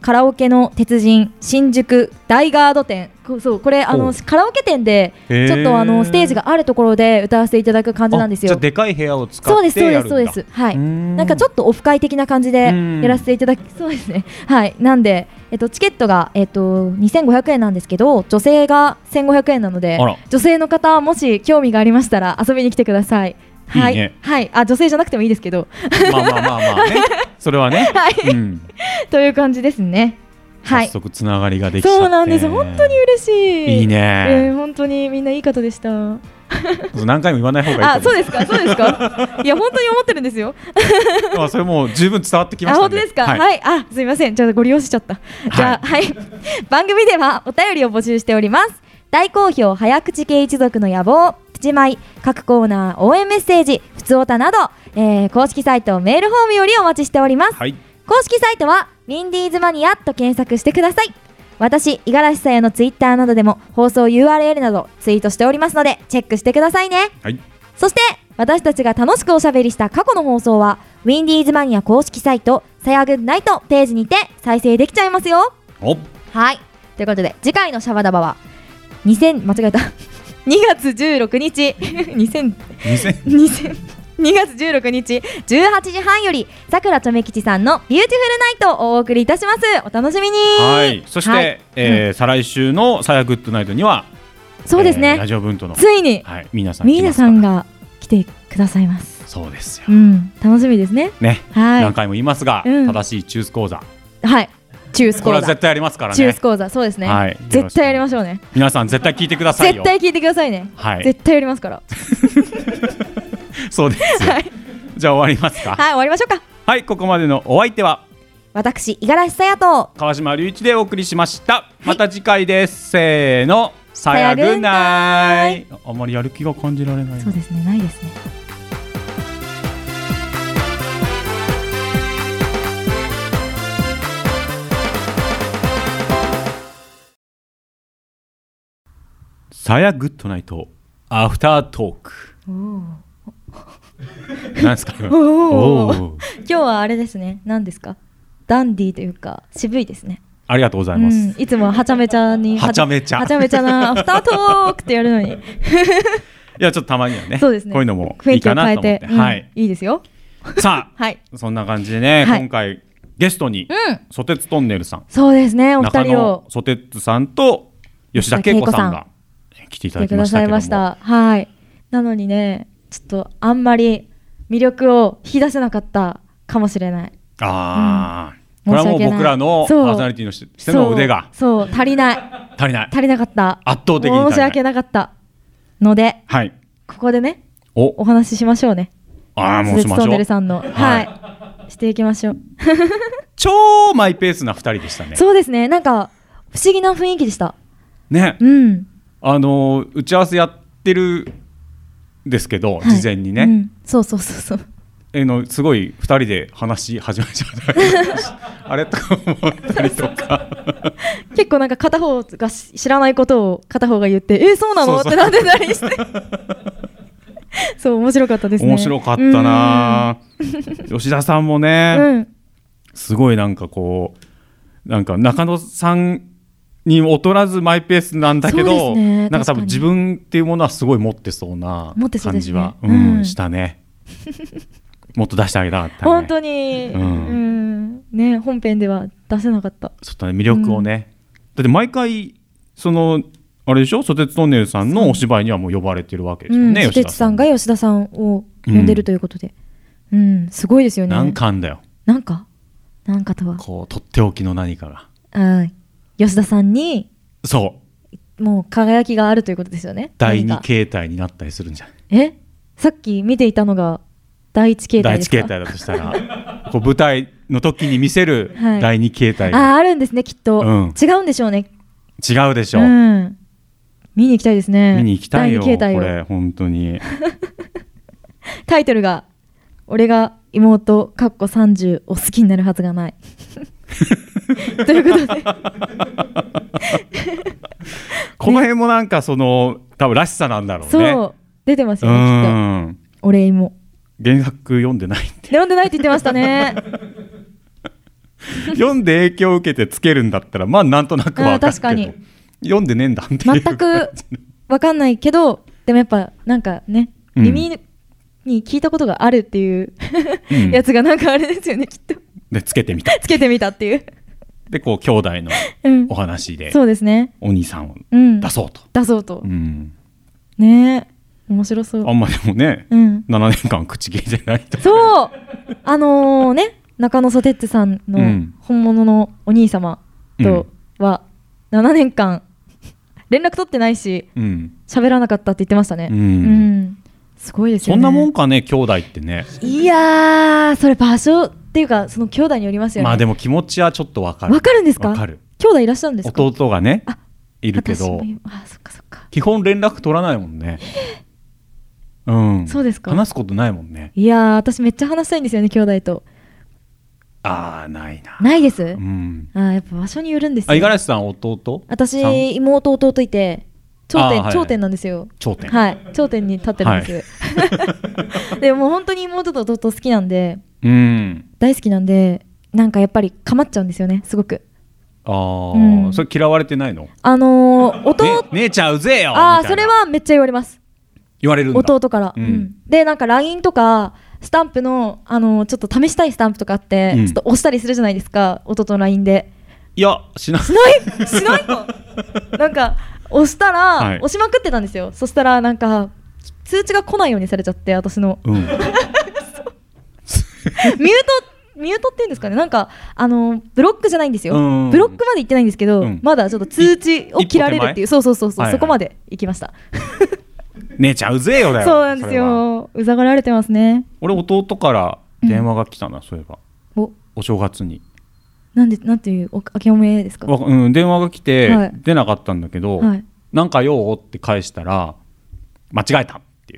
カラオケの鉄人新宿大ガード店、そうこれあのカラオケ店でちょっとあのステージがあるところで歌わせていただく感じなんですよ。 じゃあでかい部屋を使ってやるんだ。 そうですそうですそうです、はい、なんかちょっとオフ会的な感じでやらせていただきそうですね。はい、なんで、えっと、チケットが、えっと、にせんごひゃくえんなんですけど、女性がせんごひゃくえんなので、女性の方もし興味がありましたら遊びに来てください。はい、いいね、はい、あ、女性じゃなくてもいいですけどまあまあまあまあねそれはね、 はい、うん、という感じですね。はい、 早速つながりができちゃって、 そうなんです、本当に嬉しい。 いいね、 えー、本当にみんないい方でした何回も言わない方がいい。 あ、そうですかそうですかいや本当に思ってるんですよあ、それもう十分伝わってきましたね。 あ、本当ですか、 はい、 はい、あ、すみません、じゃあご利用しちゃった、はい、じゃあ、はい、番組ではお便りを募集しております。大好評早口系一族の野望、プチマイ、各コーナー応援メッセージ、ふつおたなど、えー、公式サイトメールフォームよりお待ちしております。はい、公式サイトはウィンディーズマニアと検索してください。私五十嵐さやのツイッターなどでも放送 ユーアールエル などツイートしておりますのでチェックしてくださいね。はい、そして私たちが楽しくおしゃべりした過去の放送はウィンディーズマニア公式サイトさやグッナイトページにて再生できちゃいますよ。はい、ということで次回のシャバダバはにせん間違えたにがつじゅうろくにちにせんにがつじゅうろくにちじゅうはちじはんよりさくらちょめきちさんのビューティフルナイトをお送りいたします。お楽しみに。 はい、そして、はい、えーうん、再来週のさやグッドナイトにはそうですね、 えー、ラジオブントのついに、 はい、皆さん皆さんが来てくださいます。 そうですよ、 うん、楽しみですね。 ね、はい、何回も言いますが、うん、正しいチュース講座、 はいチュース講座、 これは絶対やりますからね。 チュース講座、そうですね、はい、絶対やりましょうね。 皆さん絶対聞いてくださいよ。 絶対聞いてくださいね、はい、絶対やりますからそうですよ、はい、じゃあ終わりますか。 はい、終わりましょうか。 はい、ここまでのお相手は私五十嵐さやと川島隆一でお送りしました。はい、また次回です。せーの、さやぐない。あまりやる気が感じられない。 そうですね、ないですね。 さやグッドナイトアフタートーク。なんですか今今日はあれですね、何ですか、ダンディーというか渋いですね。 ありがとうございます、うん、 いつもはちゃめちゃにはちゃめちゃはちゃめちゃなアフタートークってやるのにいやちょっとたまにはね、 そうですね、 こういうのもいいかなと思って、 うん、はい、いいですよ。 さあ、はい、そんな感じでね、はい、今回ゲストに、うん、ソテツトンネルさん、 そうですね、お二人を中野ソテツさんと吉田恵子さんが来ていただきましたけども、 来てくださいました。はい、なのにね、ちょっとあんまり魅力を引き出せなかったかもしれない。 ああ、うん、これはもう僕らのパーソナリティのしての腕がそう足りない足りない足りなかった、 圧倒的に足りない、 申し訳なかったので、 はい、 ここでね お, お話ししましょうね。 ああ、もうしましょう。 トンネルさんの、はい、はい、していきましょう超マイペースなふたりでしたね。 そうですね、なんか不思議な雰囲気でしたね、 うん、 あの打ち合わせやってるんですけど、はい、事前にね、うん、 そうそうそうそう、 えのすごいふたりで話し始めちゃったあれとか思ったりとか結構なんか片方が知らないことを片方が言って、えー、そうなのってなってたりしてそう面白かったですね。 面白かったな吉田さんもね、うん、すごいなんかこうなんか中野さんに劣らずマイペースなんだけど、ね、なんか多分自分っていうものはすごい持ってそうな感じは、ね、うん、うん、したねもっと出してあげたかったね、 本当に、うんうん、ね、本編では出せなかった。 ちょっとね、魅力をね、うん、だって毎回そのあれでしょ、ソテツトンネルさんのお芝居にはもう呼ばれてるわけですよね、 うん、ソテツさんが吉田さんを呼んでるということで、うん、うん、すごいですよね。 なんかあんだよ、 なんかなんかとはこうとっておきの何かが、 あ、吉田さんにそうもう輝きがあるということですよね。 だいに形態になったりするんじゃない。 え、さっき見ていたのがだいいち形態ですか。 だいいち形態だとしたらこう舞台の時に見せるだいに形態が、 はい、あ, あるんですね、きっと、うん、違うんでしょうね。 違うでしょう、 うん、見に行きたいですね。 見に行きたいよこれ本当にタイトルが俺が妹かっこさんじゅうを好きになるはずがないということでこの辺もなんかその多分らしさなんだろうね。 そう出てますよね、きっと。俺も原作読んでないって読んでないって言ってましたね読んで影響を受けてつけるんだったらまあなんとなくわかるけど、 確かに読んでねえんだっていう全くわかんないけど、でもやっぱなんかね、うん、耳に聞いたことがあるっていう、うん、やつがなんかあれですよねきっと。 でつけてみたつけてみたっていうでこう兄弟のお話で、 うん、そうですね、 お兄さんを出そうと、 うん、出そうと、 うん、 ねえ面白そう。 あんまでもね、うん、ななねんかん口切りじゃないと。 そうあのー、ね中野ソテッツさんの本物のお兄様とはななねんかん連絡取ってないし喋、うん、らなかったって言ってましたね、うんうん、すごいですよね。 そんなもんかね兄弟ってね。 いやーそれ場所っていうかその兄弟によりますよね。 まあでも気持ちはちょっと分かる。 分かるんですか。 分かる。 兄弟いらっしゃるんですか。 弟がねいるけど、 あそっかそっか、 基本連絡取らないもんね。うん、そうですか。話すことないもんね。 いやー私めっちゃ話したいんですよね兄弟と。 あーないな。 ないです、 うん、 あやっぱ場所によるんですよ。 あ五十嵐さん弟。 私妹弟いて頂点、はい、頂点なんですよ。 頂点、 はい、頂点に立ってるんです、はい、でも本当に妹と弟好きなんで、 うん、 大好きなんでなんかやっぱり構っちゃうんですよねすごく。 あー、うん、それ嫌われてないの。 あのー、弟、ね、 姉ちゃんうぜえよあーそれはめっちゃ言われます。 言われるんだ弟から、うんうん、でなんか ライン とかスタンプの、あのー、ちょっと試したいスタンプとかあって、うん、ちょっと押したりするじゃないですか弟の ライン で。 いやしないしないしないかなんか押したら、はい、押しまくってたんですよ。そしたらなんか通知が来ないようにされちゃって私の、うん、ミュートミュートっていうんですかね、なんかあのブロックじゃないんですよ、うん、ブロックまで行ってないんですけど、うん、まだちょっと通知を切られるっていう、そうそうそうそう、はいはい、そこまで行きました姉ちゃんうぜえよだよ。 そうなんですよ、うざがられてますね。 俺弟から電話が来たな、うん、そういえば お, お正月に。 なんでなんていうお明けおめですか。 うん、電話が来て、はい、出なかったんだけど、はい、なんかようって返したら間違えたっていう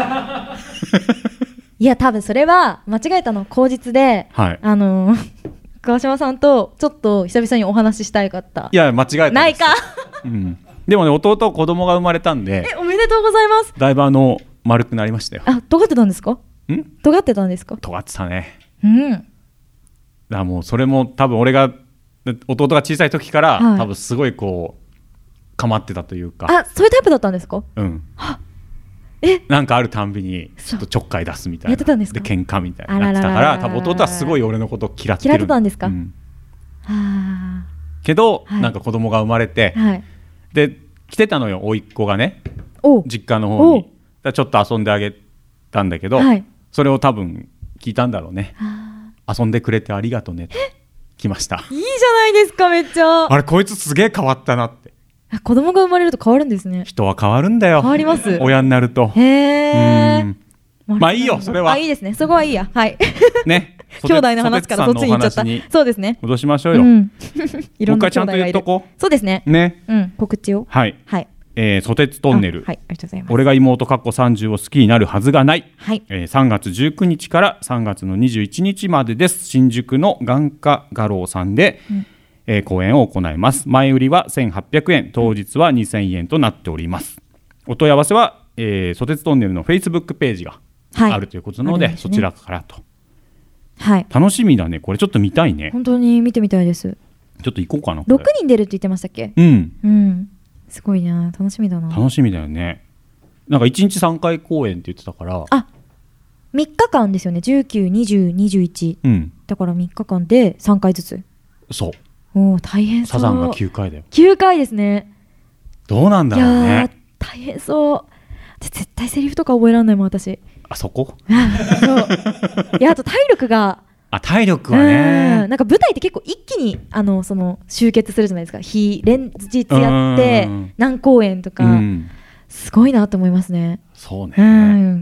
いや多分それは間違えたの口実で、はい、あの川島さんとちょっと久々にお話ししたいかった。 いや間違えたないか、 うん、でもね弟子供が生まれたんで。 えおめでとうございます。 だいぶあの丸くなりましたよ。 あ尖ってたんですか。ん尖ってたんですか。 尖ってたね。 うんだからもうそれも多分俺が弟が小さい時から、はい、多分すごいこう構ってたというか。 あそういうタイプだったんですか。 うんえなんかあるたんびにちょっとちょっかい出すみたいな。 やってたんですか。 で喧嘩みたいになってたから多分弟はすごい俺のことを嫌ってる。 嫌ってたんですか、うん、 はけど、はい、なんか子供が生まれて、はい、で来てたのよ甥っ子がね実家の方に。だちょっと遊んであげたんだけど、はい、それを多分聞いたんだろうね。遊んでくれてありがとねって来ました。 いいじゃないですかめっちゃ。 あれこいつすげえ変わったなって。 子供が生まれると変わるんですね。 人は変わるんだよ。 変わります。 親になると。 へえ。 まあいいよそれは。 あいいですねそこはいいやはいね兄弟の話からそっちに行っちゃった。そうですね戻しましょうよ、うん、 いろんな兄弟がいる。もう一回ちゃんと言っとこう。 そうですねね、 うん、告知をはい、 はいえー、ソテツトンネル、 はい、ありがとうございます。 俺が妹かっこさんじゅうを好きになるはずがない、 はいえー、さんがつじゅうくにちからさんがつのにじゅういちにちまでです。新宿の眼科画廊さんで、うんえー、講演を行います。前売りはせんはっぴゃくえん、当日はにせんえんとなっております。お問い合わせは、えー、ソテツトンネルの Facebook ページがあるということなので、はい、そちらからと、 はい、 楽しみだね。これちょっと見たいね。 本当に見てみたいです。 ちょっと行こうかな。 ろくにん出るって言ってましたっけ。 うん、 うん、すごいな楽しみだな。 楽しみだよね。なんかいちにちさんかい公演って言ってたから。 あみっかかんですよね。じゅうく、にじゅう、にじゅういち、うん、だからみっかかんでさんかいずつ。 そうおー大変そう。 サザンがきゅうかいだよ。 きゅうかいですね。 どうなんだろうね。いや大変そう。絶対セリフとか覚えられないもん私。 あそこそういやあと体力があ体力はねなんか舞台って結構一気にあのその集結するじゃないですか。日連日やって何公演とか、うん、すごいなと思いますね。 そうね、 うん、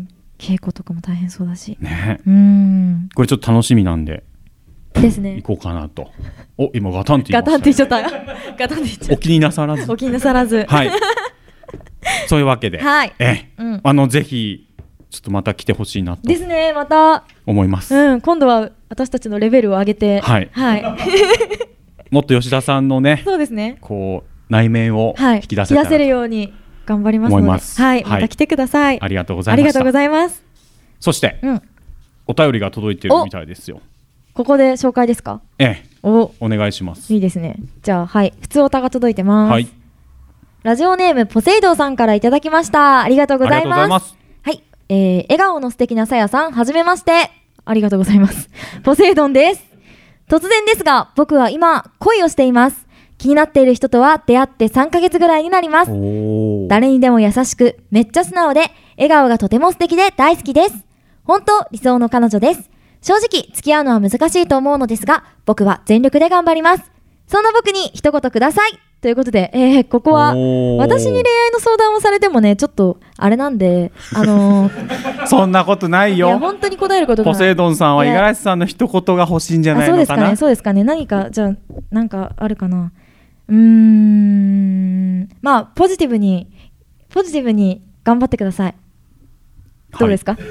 稽古とかも大変そうだし、 ね、 うんこれちょっと楽しみなんでですね。 行こうかなと。お今ガタンって言いました、ね、 ガタンって言っちゃったガタンって言っちゃった。 お気になさらずお気になさらずはいそういうわけで、 はい、 え、うん、あのぜひちょっとまた来てほしいなとですね。また思います、 うん、今度は私たちのレベルを上げて、 はいはい、 もっと吉田さんのねそうですねこう内面を引き出せたら、はい、引き出せるように頑張りますので、はい、また来てください。 ありがとうございました。 ありがとうございます。 そして、うん、お便りが届いてるみたいですよ。 ここで紹介ですか。 ええお願いします。 いいですね。じゃあはい、普通おたが届いてます。はい、ラジオネームポセイドンさんからいただきました。ありがとうございます。ありがとうございます。はい、えー、笑顔の素敵なさやさん、はじめまして。ありがとうございます。ポセイドンです。突然ですが、僕は今恋をしています。気になっている人とは出会ってさんかげつぐらいになります。誰にでも優しく、めっちゃ素直で、笑顔がとても素敵で大好きです。本当理想の彼女です。正直付き合うのは難しいと思うのですが、僕は全力で頑張ります。そんな僕に一言ください。ということで、えー、ここは私に恋愛の相談をされてもね、ちょっとあれなんで、あのー、 そんなことないよ。 いや本当に答えることが。 ポセイドンさんは五十嵐さんの一言が欲しいんじゃないのかな。 そうですかね、そうですかね。何かじゃあなんかあるかな。うーん、まあポジティブにポジティブに頑張ってください。どうですか？はい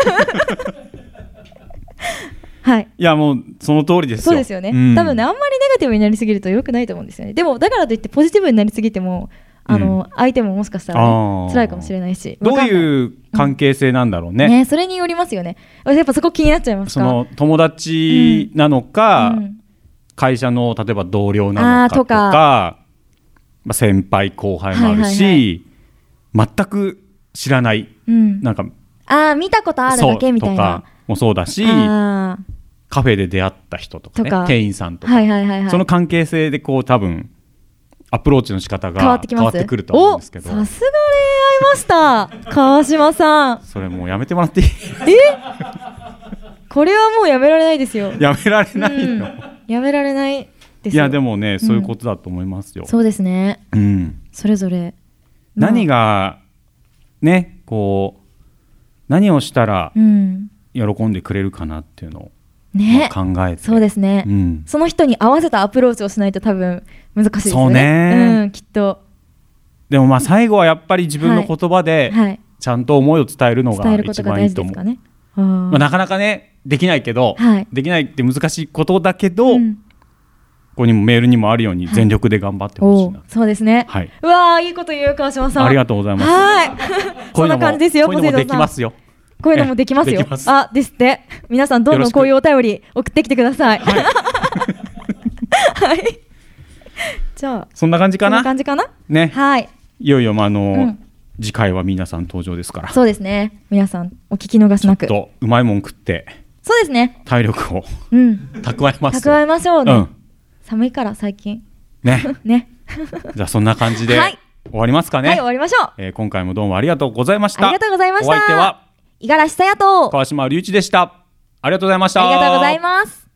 はい、 いやもうその通りですよ。 そうですよね、うん、多分ねあんまりネガティブになりすぎると良くないと思うんですよね。でもだからといってポジティブになりすぎてもあの、うん、相手ももしかしたら、ね、辛いかもしれないし、 どういう関係性なんだろうね、 うん、ね、それによりますよね。やっぱそこ気になっちゃいますか。 その友達なのか、うん、会社の例えば同僚なのかとか、とかまあ、先輩後輩もあるし、はいはいはい、全く知らない、うん、なんかあ見たことあるだけみたいなとかもそうだし、カフェで出会った人とかね、とか店員さんとか、はいはいはいはい、その関係性でこう多分アプローチの仕方が変わってきます。変わってくると思うんですけど。 さすが恋愛マスター川島さん。 それもうやめてもらっていい？ えこれはもうやめられないですよ。 やめられないの、うん、 やめられないですよ。 いやでもね、そういうことだと思いますよ、 うん、そうですね、うん、それぞれ、 まあ、何がねこう何をしたら喜んでくれるかなっていうのを、ね、まあ、考えて、 そうですね、うん、その人に合わせたアプローチをしないと多分難しいですよね。そうね、うん、きっと。でもまあ最後はやっぱり自分の言葉でちゃんと思いを伝えるのが一番いいと思う。ね、まあ、なかなかねできないけど、はい、できないって難しいことだけど、うん、ここにもメールにもあるように全力で頑張ってほしいな、はい、 そうですね、はい、うわーいいこと言う川島さん、 ありがとうございます。 はいそんな感じですよ。 こういうのもできますよ。 こういうのもできますよ。あですって。皆さんどんどんこういうお便り送ってきてください。はい、はい、じゃあそんな感じかな。 そんな感じかなね。 はい。 いよいよ、まあ、あの、うん、次回は皆さん登場ですから。 そうですね。皆さんお聞き逃しなく。 ちょっとうまいもん食って。 そうですね。 体力を、うん、蓄えます。 蓄えましょうね。うん、寒いから最近。 ね。 ね。 じゃあそんな感じで、はい、終わりますかね。 はい、終わりましょう。 えー、今回もどうもありがとうございました。 ありがとうございました。 お相手は五十嵐さやと川島隆一でした。ありがとうございました。 ありがとうございます。